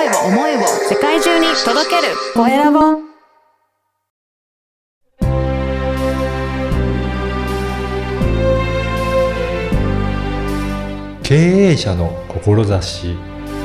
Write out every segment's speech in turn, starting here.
声を世界中に届けるコエラボ。 経営者の志。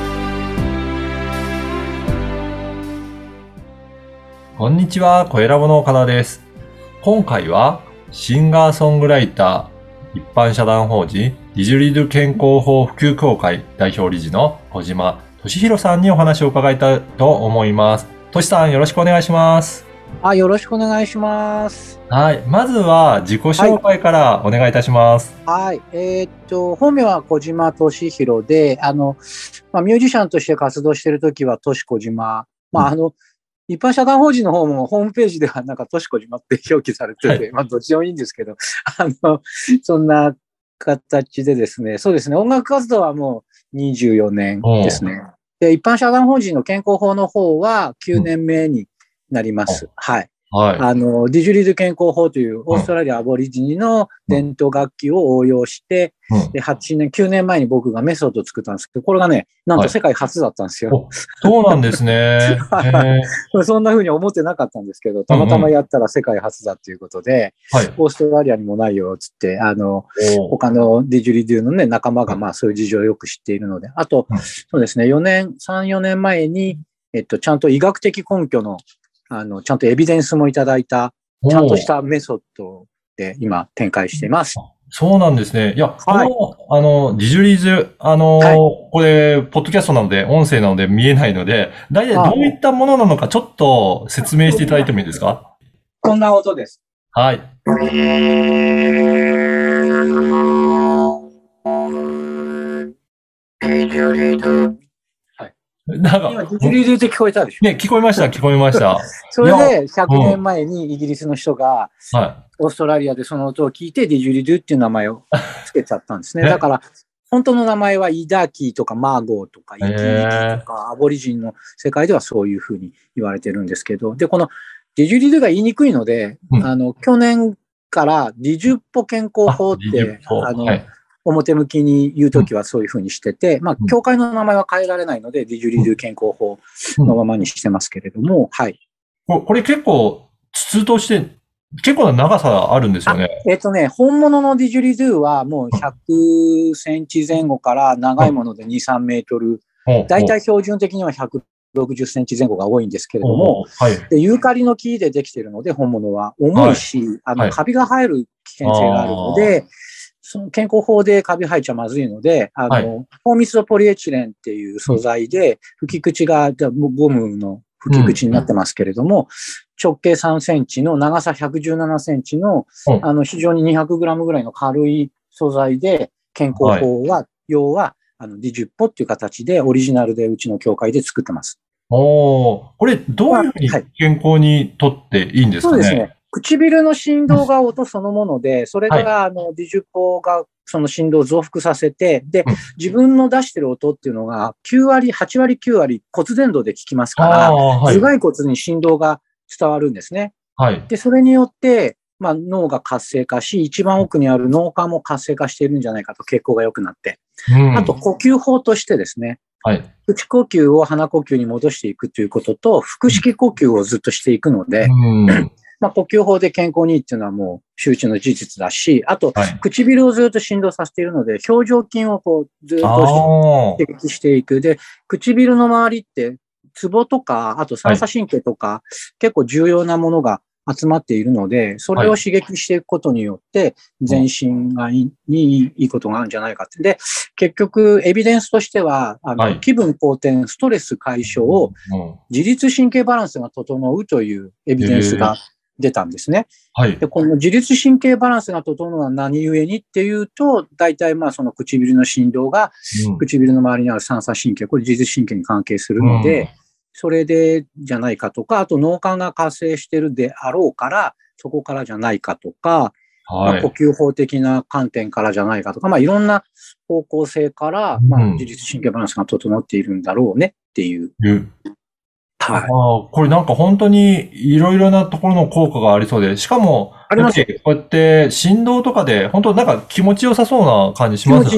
こんにちは、コエラボの岡田です。今回はシンガーソングライター一般社団法人ディジュリド健康法普及協会代表理事の小島俊弘さんにお話を伺いたいと思います。俊さん、よろしくお願いします。 よろしくお願いします。 はい。まずは自己紹介からお願いいたします。 はい。本名は小島俊弘で、ミュージシャンとして活動しているときは、とし小島。一般社団法人の方もホームページではとし小島って表記されてて、どっちでもいいんですけど、そんな形でですね、そうですね、音楽活動はもう24年ですね。で、一般社団法人の健康法の方は9年目になります。はい。ディジュリド健康法というオーストラリアアボリジニの伝統楽器を応用して、で、9年前に僕がメソッドを作ったんですけど、これがね、なんと世界初だったんですよ。 そうなんですね。 そんな風に思ってなかったんですけど、たまたまやったら世界初だということで、オーストラリアにもないよ、つって、他のディジュリドのね、仲間がそういう事情をよく知っているので、あと、そうですね、3、4年前に、ちゃんと医学的根拠のちゃんとエビデンスもいただいた、ちゃんとしたメソッドで今展開しています。 そうなんですね。いや、この、ディジュリーズ、これ、ポッドキャストなので、音声なので見えないので、大体どういったものなのかちょっと説明していただいてもいいですか？ こんな音です。 はい。 今、ディジュリドって聞こえたでしょ？ ね、聞こえました、聞こえました。 それで、100年前にイギリスの人が、オーストラリアでその音を聞いて、ディジュリドっていう名前をつけちゃったんですね。だから、本当の名前はイダーキーとかマーゴーとかイキーキーとか、アボリジンの世界ではそういうふうに言われてるんですけど、で、このディジュリドが言いにくいので、去年からディジュッポ健康法って、表向きに言うときはそういうふうにしてて、教会の名前は変えられないので、ディジュリド健康法のままにしてますけれども、はい。 これ結構、筒として、結構な長さあるんですよね。 本物のディジュリドはもう100センチ前後から長いもので2、3メートル。だいたい標準的には160センチ前後が多いんですけれども、でユーカリの木でできているので、本物は重いし、カビが生える危険性があるので、その健康法でカビ生えちゃまずいので、高密度ポリエチレンっていう素材で、吹き口がゴムの吹き口になってますけれども、直径3センチの長さ117センチの、非常に200グラムぐらいの軽い素材で、健康法は、要は、ディジュッポっていう形でオリジナルでうちの協会で作ってます。 これどういうふうに健康にとっていいんですかね？ そうですね。唇の振動が音そのもので、それがディジュッポがその振動を増幅させて、で、自分の出してる音っていうのが9割、8割、9割骨伝導で聞きますから、頭蓋骨に振動が伝わるんですね。で、それによって、脳が活性化し、一番奥にある脳幹も活性化しているんじゃないかと、血行が良くなって。あと、呼吸法としてですね、口呼吸を鼻呼吸に戻していくということと、腹式呼吸をずっとしていくので、呼吸法で健康にいいっていうのはもう周知の事実だし、あと、唇をずっと振動させているので、表情筋をずっと刺激していく。で、唇の周りって、ツボとか、あと三叉神経とか、結構重要なものが集まっているので、それを刺激していくことによって、全身にいいことがあるんじゃないかって。で、結局、エビデンスとしては、気分好転、ストレス解消、自律神経バランスが整うというエビデンスが出たんですね。で、この自律神経バランスが整うのは何故にっていうと、大体その唇の振動が、唇の周りにある三叉神経、これ自律神経に関係するので、それでじゃないかとか、あと脳幹が活性してるであろうから、そこからじゃないかとか、呼吸法的な観点からじゃないかとか、いろんな方向性から、自律神経バランスが整っているんだろうねっていう。 これなんか本当にいろいろなところの効果がありそうで、しかも、こうやって振動とかで本当なんか気持ちよさそうな感じしますよね。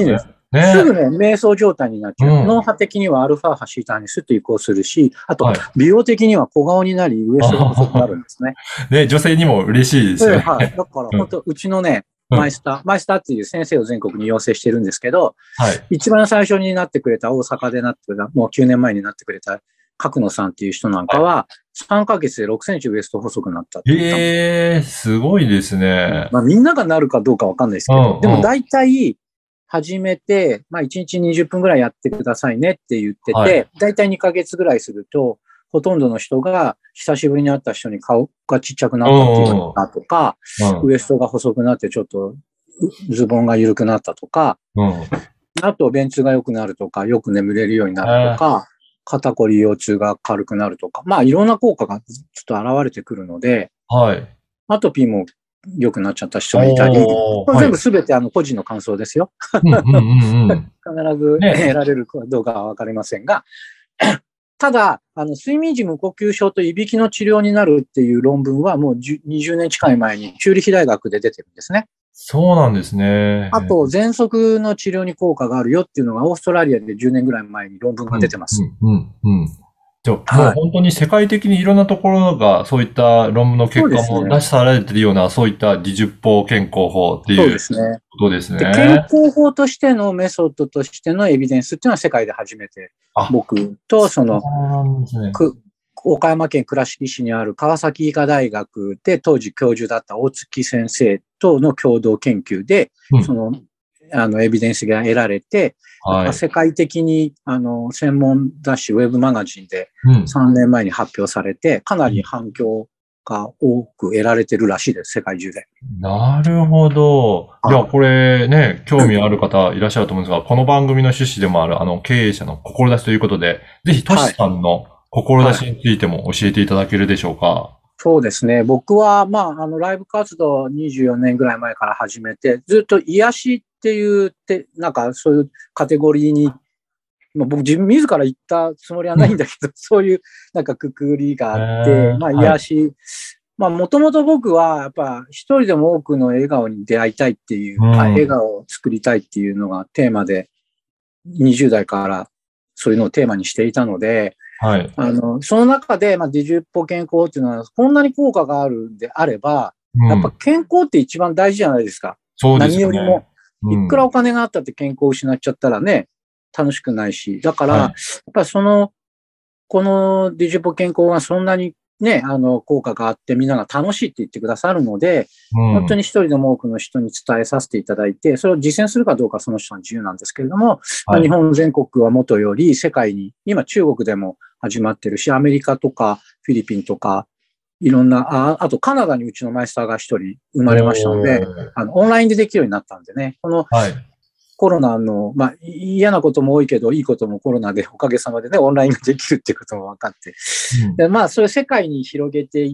ね。 すぐね、瞑想状態になっちゃう。 うん脳波的にはアルファ波、シータ波にスッと移行するし、あとはい、 美容的には小顔になり、ウエストが細くなるんですね。 ね、女性にも嬉しいですよね。 はい。だから、本当うちのね、 うんマイスターっていう先生を全国に養成してるんですけど、 はい。 一番最初になってくれた、大阪でなってくれた、もう9年前になってくれた、角野さんっていう人なんかは、3ヶ月で6センチウエスト細くなったって言ったんです。 ええ、すごいですね。 まあみんながなるかどうかわかんないですけど、 うんうんでも大体始めて、まあ1日20分ぐらいやってくださいねって言ってはて、大体2ヶ月ぐらいすると、ほとんどの人が久しぶりに会った人に顔がちっちゃくなったっていうのとか、 うんウエストが細くなってちょっとズボンが緩くなったとか、 うん。 あと便通が良くなるとか、よく眠れるようになるとか、肩こり腰痛が軽くなるとか、まあいろんな効果がちょっと現れてくるので、 はい。 アトピーも良くなっちゃった人がいたり、 おーこれ全部すべて個人の感想ですよ。 うんうんうんうん。 必ずね得られるかどうかはわかりませんが、ただ、睡眠時無呼吸症といびきの治療になるっていう論文はもう20年近い前にチューリヒ大学で出てるんですね。 そうなんですね。 あと、喘息の治療に効果があるよっていうのがオーストラリアで10年ぐらい前に論文が出てます。 うんうんうん。じゃあ、 はいもう本当に世界的にいろんなところがそういった論文の結果もそうですね出されているような、そういったディジュッポ健康法ってそういうですね。 ことですで、健ね。 康法としてのメソッドとしてのエビデンスっていうのは世界で初めて、 あ僕とそのそうなんですね。 岡山県倉敷市にある川崎医科大学で当時教授だった大月先生との共同研究で、 うんその、エビデンスが得られて、 はい。 世界的に、専門雑誌ウェブマガジンでうん 3年前に発表されて、かなり反響が多く得られてるらしいです、世界中で。 なるほど。 はいいや、これね、興味ある方いらっしゃると思うんですが、この番組の趣旨でもある、経営者の志ということで、ぜひ、トシさんの志についても教えていただけるでしょうか。 そうですね。僕は、ライブ活動24年ぐらい前から始めて、ずっと癒しっていう、なんかそういうカテゴリーに、僕自ら言ったつもりはないんだけど、そういうなんかくくりがあって、癒し、もともと僕はやっぱ一人でも多くの笑顔に出会いたいっていう、笑顔を作りたいっていうのがテーマで、20代からそういうのをテーマにしていたので、 はい。 その中で、ディジュッポ健康っていうのは、こんなに効果があるんであれば、やっぱ健康って一番大事じゃないですか。 そうですね。 何よりも。いくらお金があったって健康を失っちゃったらね、楽しくないし。だから、やっぱりこのディジュッポ健康がそんなにね、効果があってみんなが楽しいって言ってくださるので、本当に一人でも多くの人に伝えさせていただいて、それを実践するかどうかはその人の自由なんですけれども、日本全国はもとより世界に、今中国でも始まってるし、アメリカとかフィリピンとか、いろんな、あとカナダにうちのマイスターが一人生まれましたので、オンラインでできるようになったんでね、このコロナの、嫌なことも多いけど、いいこともコロナでおかげさまでね、オンラインができるっていうことも分かって、でそれ世界に広げていって、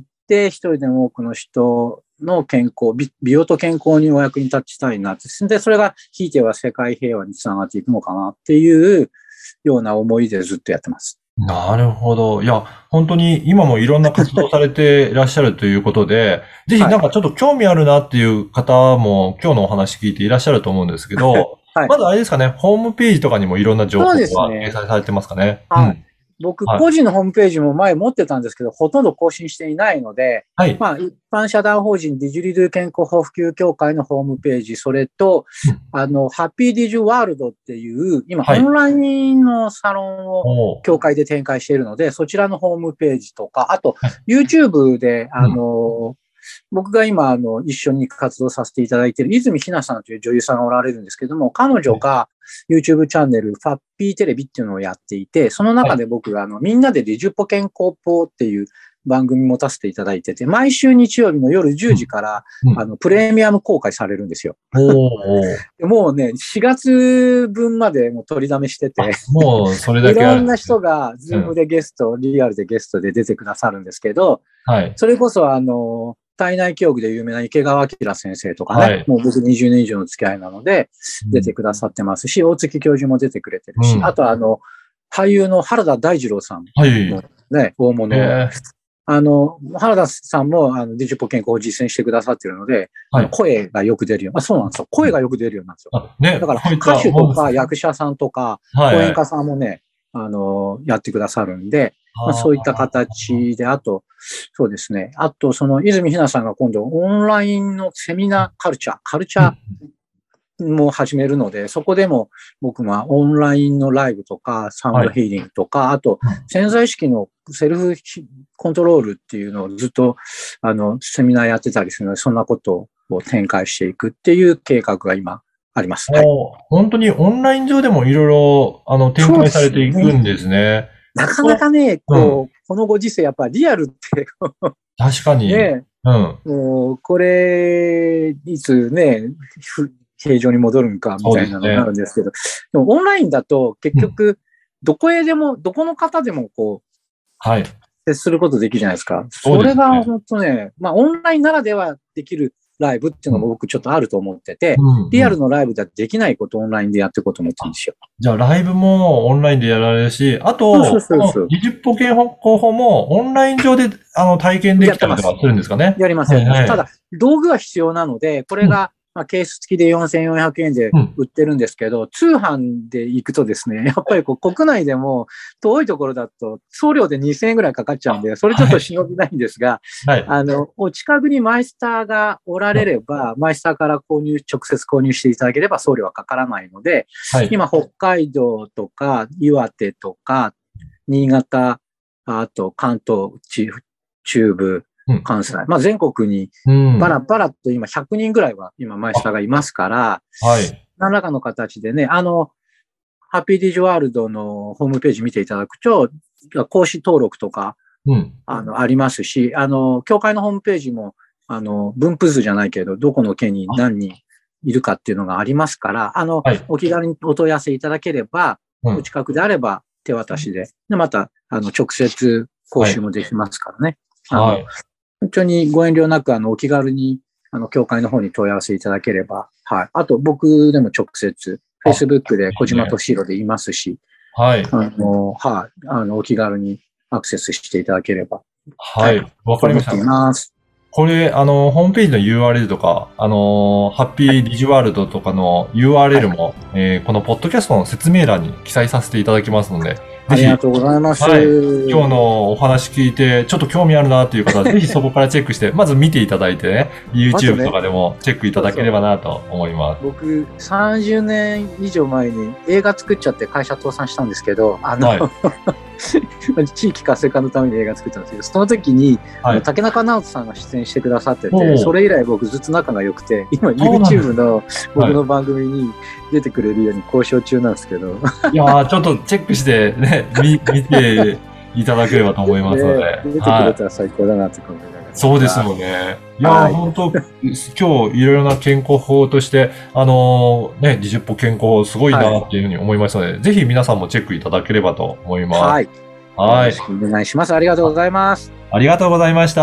一人でも多くの人の健康、美容と健康にお役に立ちたいなって。で、それがひいては世界平和につながっていくのかなっていうような思いでずっとやってます。 なるほど。いや、本当に今もいろんな活動されていらっしゃるということで、ぜひなんかちょっと興味あるなっていう方も今日のお話聞いていらっしゃると思うんですけど、まずあれですかね、ホームページとかにもいろんな情報が掲載されてますかね。 僕、個人のホームページも前持ってたんですけど、ほとんど更新していないので、一般社団法人ディジュリドゥ健康法普及協会のホームページ、それと、ハッピーディジュワールドっていう、今、オンラインのサロンを協会で展開しているので、そちらのホームページとか、あと、YouTube で、僕が今、一緒に活動させていただいている泉ひなさんという女優さんがおられるんですけども、彼女が YouTube チャンネル、ファッピーテレビっていうのをやっていて、その中で僕がみんなでディジュポ健康法っていう番組持たせていただいてて、毎週日曜日の夜10時から、プレミアム公開されるんですよ。もうね、4月分までもう取りだめしてて、 もうそれだけいろんな人が、ズームでゲスト、リアルでゲストで出てくださるんですけど、それこそ体内教育で有名な池川明先生とかね、もう僕20年以上の付き合いなので、出てくださってますし、大月教授も出てくれてるし、あと俳優の原田大二郎さんもね、大物原田さんも、ディジポ健康を実践してくださっているので、 はい。 声がよく出るよう。そうなんですよ。声がよく出るようなんですよ。 ね、 だから、 こういった歌手ともんですね。 か役者さんとか、 はいはい。 講演家さんもね、やってくださるんで、 あそういった形で、あと、そうですね。あと、泉ひなさんが今度、オンラインのセミナーカルチャーも始めるので、そこでも僕はオンラインのライブとか、サウンドヒーリングとか、あと、潜在意識のセルフコントロールっていうのをずっと、セミナーやってたりするので、そんなことを展開していくっていう計画が今あります。はい。 本当にオンライン上でもいろいろ、展そうで開されていくすね。 んですね。 なかなかね、 うん。 このご時世、やっぱリアルって確かに。 ね、 うん。 もう、これ、いつね、平常に戻るんか、みそうたいなのになですね。 るんですけど、でもオンラインだと結うん。 局、どこへでも、どこの方でもはい。 接することできるじゃないですか。 そうそれがですね。 本当ね、オンラインならではできるライブっていううん。 のも僕ちょっとあると思ってて、 うんうん。 リアルのライブではできないことをオンラインでやっていこうと思ってるんですよ。 じゃあ、ライブもオンラインでやられるし、あそうそうと、このそうそう。 20歩健康法もオンライン上で、体験でやってます。 きたりとかするんですかね。 やります、やります。 はいはい。 ただ、道具は必要なので、こうん。 れが、ケース付きで4400円でうん。 売ってるんですけど、通販で行くとですね、やっぱり国内でも遠いところだと送料で2000円ぐらいかかっちゃうんで、それちょっとはい。 忍びないんですが、 はい。 お近くにマイスターがおられれば、マイスターから直接購入していただければ送料はかからないので、 はい。 今北海道とか岩手とか新潟、あと関東中部、 うん。 関西、全国にうん。 バラバラと今100人ぐらいは今マイスターがいますから、 はい。 何らかの形でね、ハッピーディジワールドのホームページ見ていただくと、講師登録とか、 うん。 ありますし、教会のホームページも、分布図じゃないけど、どこの県に何人いるかっていうのがありますから、 はい。 お気軽にお問い合わせいただければ、 うん。 お近くであれば手渡しで、で、また、直接講はい。 習もできますからね。 はい。 本当にご遠慮なく、お気軽に、教会の方に問い合わせいただければ、はい。あと、僕でも直接、 あ、 Facebook で小島いいですね。 敏弘で言いますし、 はい。 はい。お気軽にアクセスしていただければ、はい。 はい。わかりました。 と思っています。 これ、ホームページの URL とか、ハッピはい。 ーディジワールドとかのはい。 URL も、このポッドキャストの説明欄に記載させていただきますので、ぜひ、 ありがとうございます。 はい。今日のお話聞いて、ちょっと興味あるなっていう方は、ぜひそこからチェックして、まず見ていただいてね、 あと YouTube とね、 かでもチェックいただけそうそう。 ればなと思います。 僕、30年以上前に映画作っちゃって会社倒産したんですけど、 はい。 地域活性化のために映画作ったんですけど、その時に、 はい。 竹中直人さんが出演してくださってて、そおお、 れ以来僕ずっと仲が良くて、今そうなんです。 YouTube のはい。 僕の番組に出てくれるように交渉中なんですけど、 いやー、ちょっとチェックしてね、見ていただければと思いますので、 出てくれはい。 たら最高だなって思いながそうですら。 よね。いやー、 はい。 本当今日いろいろな健康法として、ね、ディジェポ健康法すごいはい。 なっていうふうに思いましたので、ぜひ皆さんもチェックいただければと思います。 はい。よはい。 ろしくお願いします。ありがとうございます。 ありがとうございました。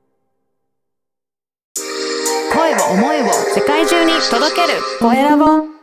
声を思いを世界中に届けるコエラボ